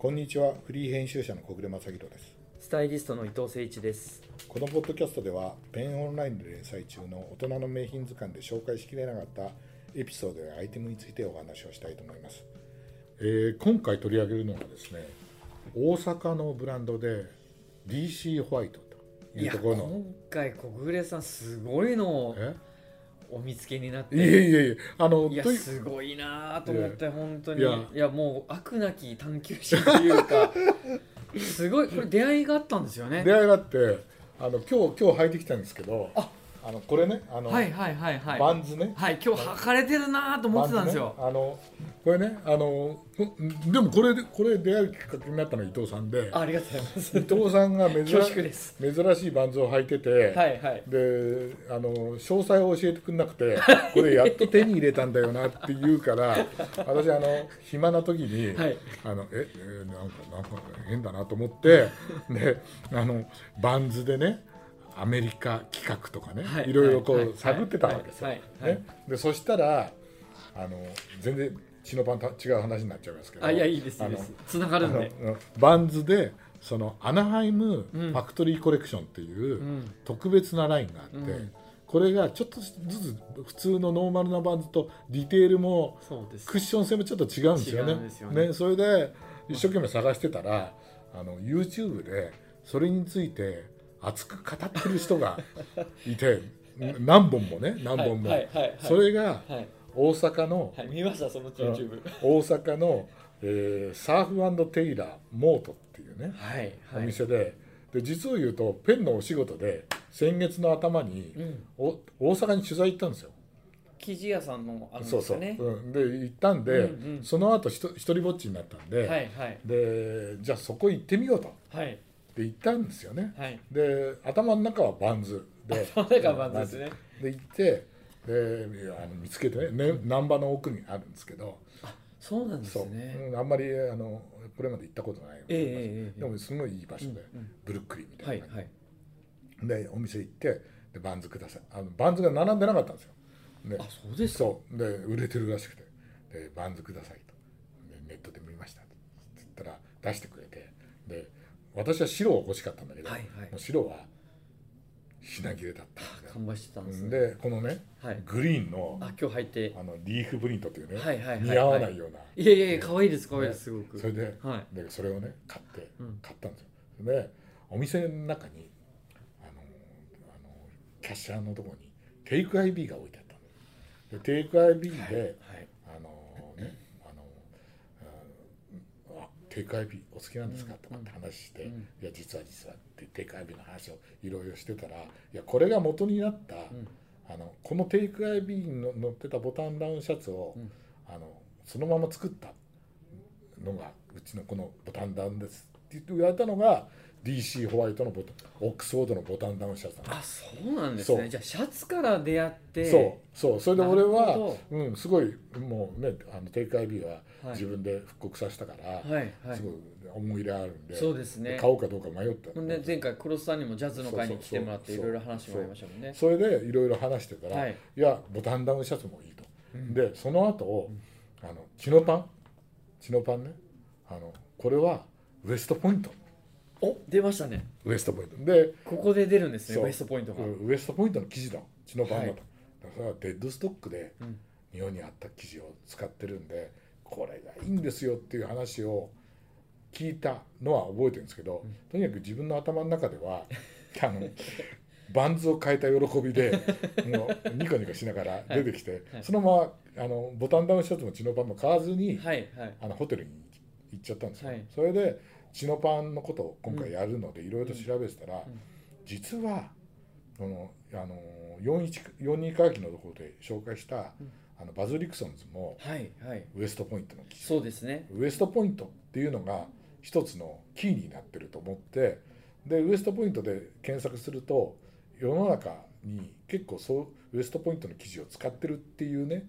こんにちは。フリー編集者の小暮正弘です。 スタイリストの伊藤誠一です。 このポッドキャストではペンオンラインで連載中の大人の名品図鑑で紹介しきれなかったエピソードやアイテムについてお話をしたいと思います。今回取り上げるのはですね、大阪のブランドで DC ホワイトというところの。 今回小暮さんすごいのをお見つけになって、 いやすごいなと思って、本当にいやもう飽くなき探求心というかすごい、これ出会いがあったんですよね。 出会いがあって、今日履いてきたんですけど、これね、バンズね、 はい、今日履かれてるなと思ってたんですよ。 これね、でもこれ出会うきっかけになったのは伊藤さんで、 ありがとうございます。 伊藤さんが珍しいバンズを履いてて、で詳細を教えてくれなくて、これやっと手に入れたんだよなって言うから私暇な時に、なんか変だなと思ってでバンズでねアメリカ企画とかね、いろいろこう探ってたわけですよ。でそしたら全然血のパンと違う話になっちゃいますけど、 いやいいですつながるんで、 バンズでそのアナハイムファクトリーコレクションっていう特別なラインがあって、これがちょっとずつ普通のノーマルなバンズとディテールもクッション性もちょっと違うんですよね。それで一生懸命探してたらYouTube でそれについて熱く語ってる人がいて何本もそれが大阪の、 見ましたその YouTube 大阪の、サーフ&テイラーモートっていうね、お店で実を言うとペンのお仕事で先月の頭に、大阪に取材行ったんですよ。 生地屋さんのですよね。 で行ったんで、その後一人ぼっちになったんで、でじゃあそこ行ってみようと、で行ったんですよね。で頭の中はバンズで、で行ってで見つけてね、難波の奥にあるんですけど、 そうなんですね。 あんまりこれまで行ったことない、でもすごいいい場所で、ブルックリンみたいな感じでお店行ってでバンズください。バンズが並んでなかったんですよ。 そうですか。 そうで売れてるらしくて、でバンズくださいとネットで見ましたって言ったら出してくれて、で私は白を欲しかったんだけど、もう白は品切れだったんで完売してたんですね。 でこのね、グリーンの今日履いてリーフプリントっていうね、似合わないような、 いや可愛いですすごく。 それでそれをね買ったんですよ。でお店の中にキャッシャーのところにテイク IB が置いてあったので、テイク IB でテイク IB お好きなんですかとかって話して、いや実はってテイク IB の話をいろいろしてたら、いやこれが元になった、このテイク IB に載ってたボタンダウンシャツを、そのまま作ったのがうちのこのボタンダウンですって言われたのが DC ホワイトのオックスフォードのボタンダウンシャツなんです。 そうなんですね。じゃあシャツから出会って、 それで俺はすごいもうねテイク IB は自分で復刻させたから、すごい思い入れあるんで、 そうですね、 買おうかどうか迷った。 前回黒須さんにもジャズの会に来てもらっていろいろ話してもらいましたもんね。 それでいろいろ話してたら、いやボタンダウンシャツもいいと、でその後チノパンね、これはウエストポイント、 出ましたね。 ウエストポイントでここで出るんですね、ウエストポイントが。 ウエストポイントの生地だチノパンだと、だからデッドストックで日本にあった生地を使ってるんで、これがいいんですよっていう話を聞いたのは覚えてるんですけど、とにかく自分の頭の中ではバンズを変えた喜びでもうニコニコしながら出てきて、そのままボタンダウンシャツもチノパンも買わずに、ホテルに行っちゃったんですよ。それでチノパンのことを今回やるのでいろいろと調べてたら、実は42回忌のところで紹介したバズ・リクソンズもウエストポイントの生地、 そうですね、 ウエストポイントっていうのが一つのキーになってると思って、でウエストポイントで検索すると世の中に結構ウエストポイントの生地を使ってるっていうね、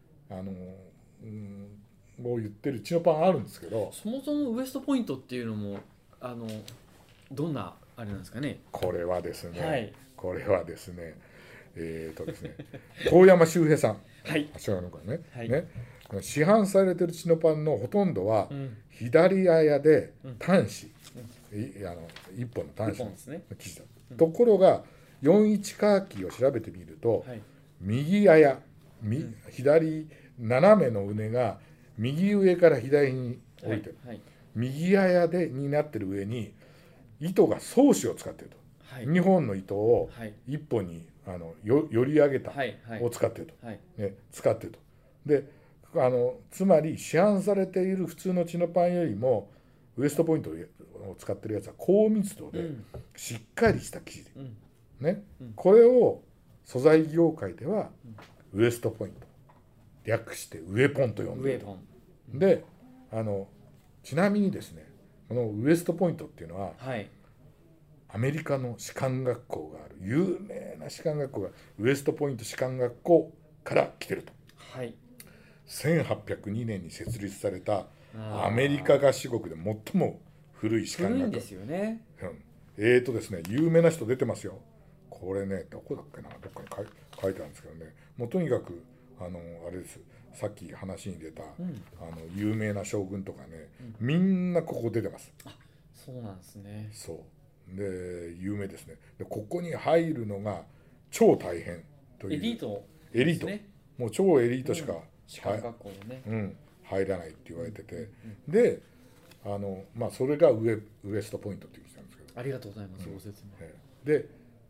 を言ってるチノパンあるんですけど、 そもそもウエストポイントっていうのもどんなあれなんですかね。 これはですね、 ですね、遠山周平さん、 はい、 知らないのかね、 はいね、市販されてるチノパンのほとんどはうん左綾で端子、一本の端子の一本ですね。 生地だ、ところが41カーキを調べてみると、 はい右綾、左斜めの畝が右上から左に置いてる、 はい右綾になってる上に糸が双子を使っていると、 はい 2本の糸をはい 1本により上げたはいはいを使っていると、 はい使っていると。でつまり市販されている普通のチノパンよりもウエストポイントを使ってるやつは高密度でうんしっかりした生地で、 うんねうんこれを素材業界ではウエストポイント、略してウエポンと呼んでいると。 ウェポンでちなみにですね、このウエストポイントっていうのははいアメリカの士官学校がある有名な士官学校がウエストポイント士官学校から来てると。 はい 1802年に設立されたあーアメリカ合衆国で最も古い士官学校古いんですよね。 ですね、有名な人出てますよ。これね、どこだっけな、どっかに書いてあるんですけどね、もうとにかくあれです、さっき話に出た、有名な将軍とかね、みんなここ出てます。 そうなんですね。 そうで有名ですね。でここに入るのが超大変というエリートエリート、もう超エリートしか、 士官学校でね。 入らないって言われてて、でそれがウエストポイントっていう記事なんですけど、 ありがとうございます、ご説明。 で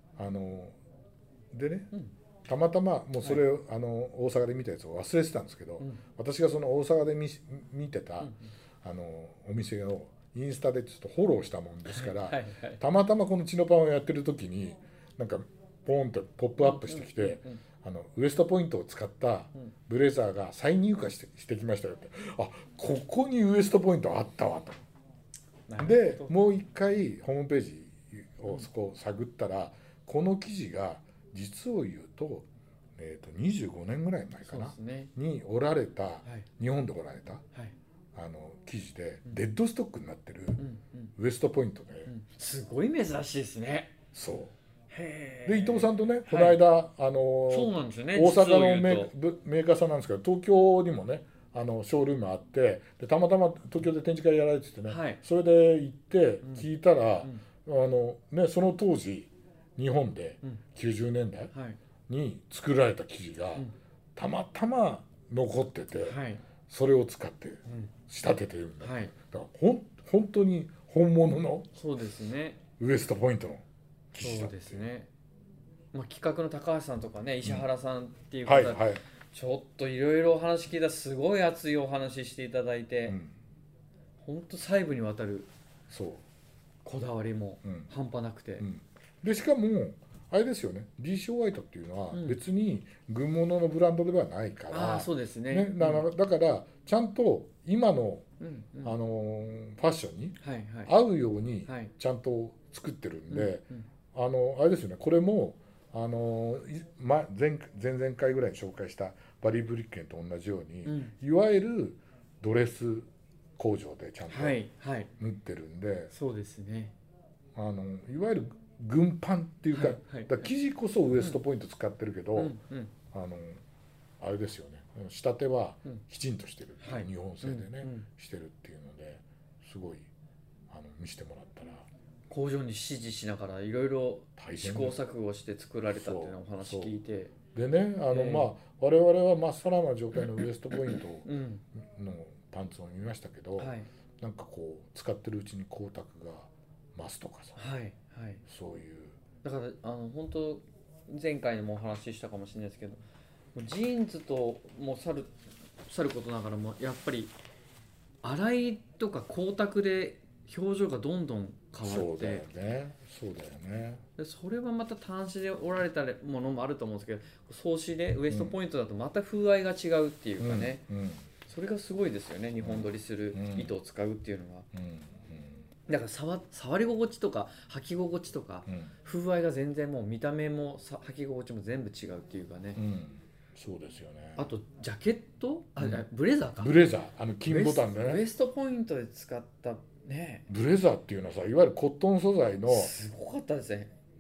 でね、たまたまもうそれを、大阪で見たやつを忘れてたんですけど、私がその大阪で見てた、お店をインスタでちょっとフォローしたもんですから、たまたまこのチノパンをやってる時になんかポンとポップアップしてきて、ウエストポイントを使ったブレザーが再入荷してきましたよって、ここにウエストポイントあったわと。でもう一回ホームページをそこを探ったら、この記事が実を言うと、25年ぐらい前かな、に日本でおられた、記事でデッドストックになってるウエストポイントで、 すごい珍しいですね。 そうで伊藤さんとねこの間、 そうなんですよね、 大阪のメーカーさんなんですけど、東京にもねショールームあって、でたまたま東京で展示会やられててね、それで行って聞いたら、その当時日本で90年代に作られた生地がたまたま残ってて、それを使って仕立ててるんだ、だから本当に本物のウエストポイントの生地だって。 そうですね。企画の高橋さんとかね、石原さんっていう方、ちょっといろいろお話聞いた、すごい熱いお話していただいて、本当細部にわたるこだわりも半端なくて、 でしかもあれですよね、 DC ホワイトっていうのは別に軍物のブランドではないから、 そうですね、 だからちゃんと今の、ファッションに合うようにちゃんと作ってるんで、あれですよね、これも前々回ぐらいに紹介したバリー・ブリッケンと同じように、いわゆるドレス工場でちゃんと縫ってるんで、 そうですね、 いわゆる軍パンっていうか、生地こそウエストポイント使ってるけど、あれですよね、仕立てはきちんとしてる、日本製でね、してるっていうので、すごい見せてもらったら、 工場に指示しながらいろいろ試行錯誤して作られたっていうのをお話聞いて、 でね、我々はまっさらな状態のウエストポイントのパンツを見ましたけど、なんかこう使ってるうちに光沢が増すとかさ、そういう、 だから本当前回にもお話ししたかもしれないですけど、ジーンズともさることながらもやっぱり洗いとか光沢で表情がどんどん変わって、 そうだよね。 でそれはまた端子で織られたものもあると思うんですけど、総紙でウエストポイントだとまた風合いが違うっていうかね、それがすごいですよね、日本撮りする糸を使うっていうのは。だから触り心地とか履き心地とか、風合いが全然もう見た目も履き心地も全部違うっていうかね、 そうですよね。 あとジャケット、ブレザーか、 ブレザー、金ボタンでね、 ウエストポイントで使ったね、 ブレザーっていうのはさ、いわゆるコットン素材のすごかったですね。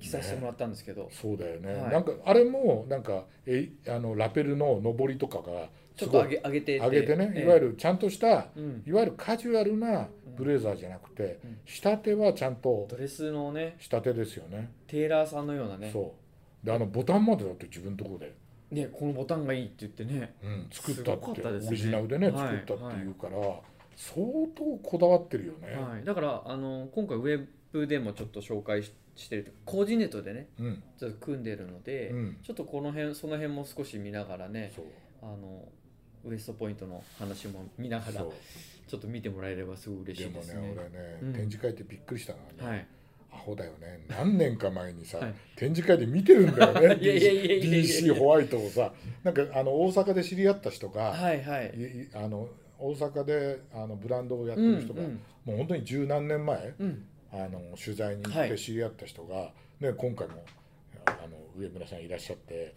着させてもらったんですけど、 そうだよね、 はいなんかあれもなんかラペルの上りとかがちょっとすごい上げて上げてね、 ええいわゆるちゃんとした、 うんいわゆるカジュアルなブレザーじゃなくて、 うん仕立てはちゃんとドレスのね仕立てですよね。 テーラーさんのようなね、 そうでボタンまでだって自分のところで、 ね、このボタンがいいって言ってね、 作ったすごかって、 ったですねオリジナルでね、 はい作ったっていうから、相当こだわってるよね。 はい、だから今回ウェブでもちょっと紹介してるコーディネートでねうんちょっと組んでるので、 うんちょっとその辺も少し見ながらね、 そうウエストポイントの話も見ながらそうちょっと見てもらえればすごい嬉しでもねいですね。 俺ね、 うん展示会ってびっくりしたのはね、 はい、 アホだよね、何年か前にさ、 はい展示会で見てるんだよねいやいやいやいやいや DC ホワイトをさ、なんか大阪で知り合った人が、 はいはい大阪でブランドをやってる人が、 うんうんもう本当に十何年前、 うん取材に行って知り合った人が、ね、今回も上村さんいらっしゃって、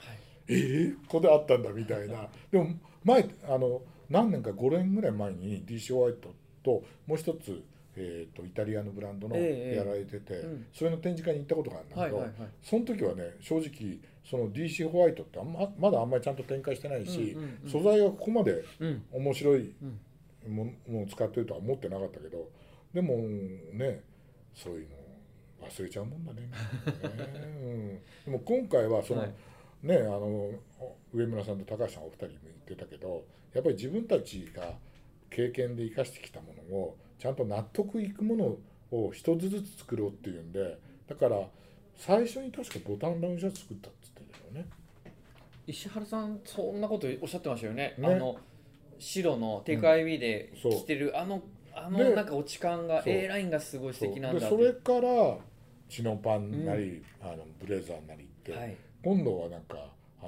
ここであったんだみたいなでも前何年か5年ぐらい前に DC ホワイトともう一つ、イタリアのブランドのやられてて、それの展示会に行ったことがあるんだけど、その時はね正直その DC ホワイトってまだあんまりちゃんと展開してないし、素材がここまで面白いものを使ってるとは思ってなかったけど、でもねそういうの忘れちゃうもんだね、でも今回はその、ね上村さんと高橋さんお二人も言ってたけど、やっぱり自分たちが経験で生かしてきたものをちゃんと納得いくものを一つずつ作ろうっていうんで、だから最初に確かボタンダウンシャツ作ったって言ってたよね。 石原さんそんなことおっしゃってましたよね。 ね白のテイクアイビーで着てる、 でなんか落ち感が A ラインがすごい素敵なんだって。 でそれからチノパンなり、ブレザーなりって、今度はなんか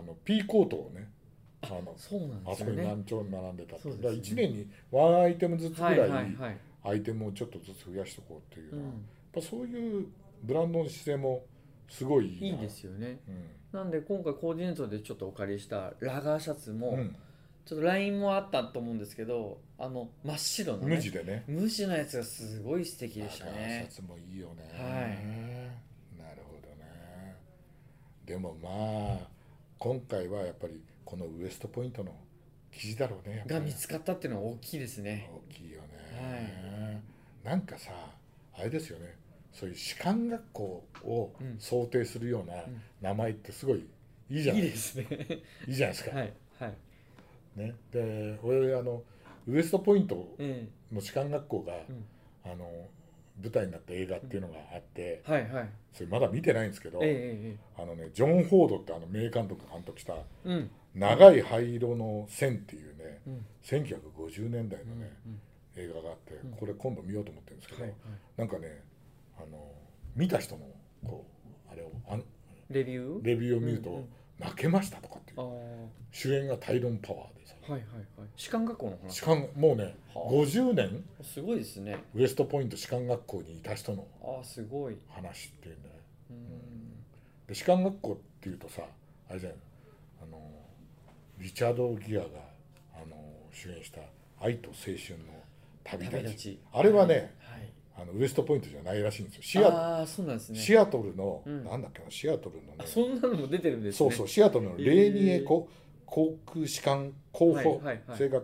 P コートをねそうなんですあそこによね。 何丁並んでたって、 そうですねだから1年にワンアイテムずつぐらいはいアイテムをちょっとずつ増やしておこうっていうのは、やっぱそういうブランドの姿勢もすごいいいな。 いいですよね。なんで今回コーディネートでちょっとお借りしたラガーシャツも、ちょっとラインもあったと思うんですけど、真っ白のね無地でね、 無地のやつがすごい素敵でしたラガーね。 シャツもいいよね。なるほどね。でもまあ今回はやっぱりこのウエストポイントの生地だろうね。 が見つかったっていうのは大きいですね。 大きいよね。なんかさあれですよね。そういう士官学校を想定するような名前ってすごいいいじゃないですか。いいじゃないですか。ね、で俺ウエストポイントの士官学校が、舞台になった映画っていうのがあって、それまだ見てないんですけど、ジョン・フォードって名監督が監督した「長い灰色の線」っていうね、1950年代のね、映画があって、これ今度見ようと思ってるんですけど、なんかね見た人のこうあれをレビューを見ると泣けましたとかっていう、主演がタイロン・パワーでさ、 士官学校の話、 もうね50年すごいですね。 ウエストポイント士官学校にいた人のすごい話っていうんだね。で士官学校っていうとさあれじゃない、リチャード・ギアが主演した「愛と青春の旅立ち」あれはね、ウエストポイントじゃないらしいんですよ。 そうなんですね。 シアトルの、なんだっけな、シアトルのね、 そんなのも出てるんですね。 そうシアトルのレーニエ航空士官候補声楽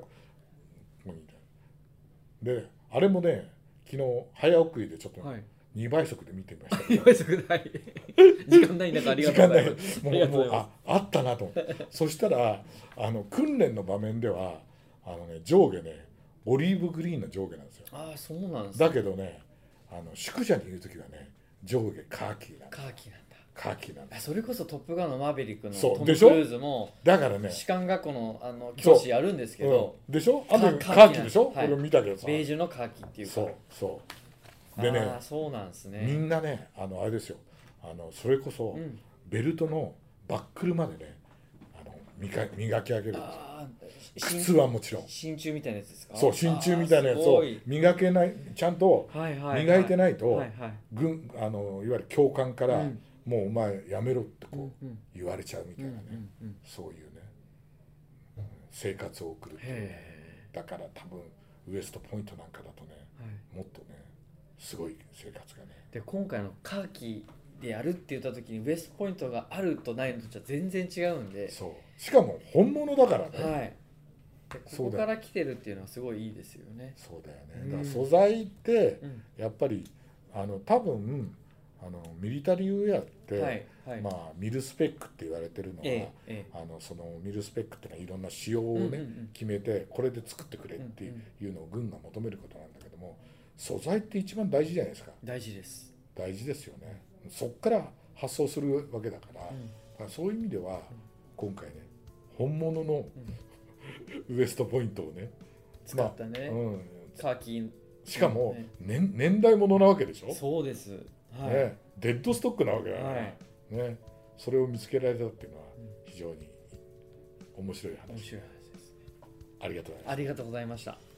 で、あれもね昨日早送りでちょっと2倍速で見てみました。 2倍速で時間ない中ありがとうございます。 もうあったなと思って、そしたら訓練の場面では上下ねオリーブグリーンの上下なんですよ。 そうなんです。 だけどね宿舎にいる時はね上下カーキなんだ。カーキなんだ。 それこそトップガンのマーヴェリックのトム・クルーズもだからね士官学校の教師やるんですけど、 でしょ、カーキでしょ、俺見たけどさ、 ベージュのカーキっていうか、 そうでね、 そうなんですね。 みんなねあれですよ、それこそベルトのバックルまでね磨き上げるんですよ。靴はもちろん真鍮みたいなやつですか。 そう、真鍮みたいなやつを磨けない、ちゃんと磨いてないと、いわゆる教官からもうお前やめろってこう言われちゃうみたいなね、そういうね生活を送るっていうね。だから多分ウエストポイントなんかだとね、もっとねすごい生活がね。 で今回のカーキでやるって言った時にウエストポイントがあるとないのとじゃ全然違うんで、 そうしかも本物だからね、 はい、でここから来てるっていうのはすごいいいですよね。 そうだよね。だから素材ってうんやっぱり多分ミリタリーウェアって、 はいはい、 まあミルスペックって言われてるのは、そのミルスペックっていうのはいろんな仕様をね、決めてこれで作ってくれっていうのを軍が求めることなんだけども、素材って一番大事じゃないですか。 大事です。 大事ですよね。そっから発想するわけだから、だからそういう意味では今回ね本物のウエストポイントをね使ったね、カーキしかも、年代物なわけでしょ。 そうです、はいね、デッドストックなわけだから、 はいね、それを見つけられたっていうのは非常に面白い話。 面白い話ですね。 ありがとうございます。 ありがとうございました。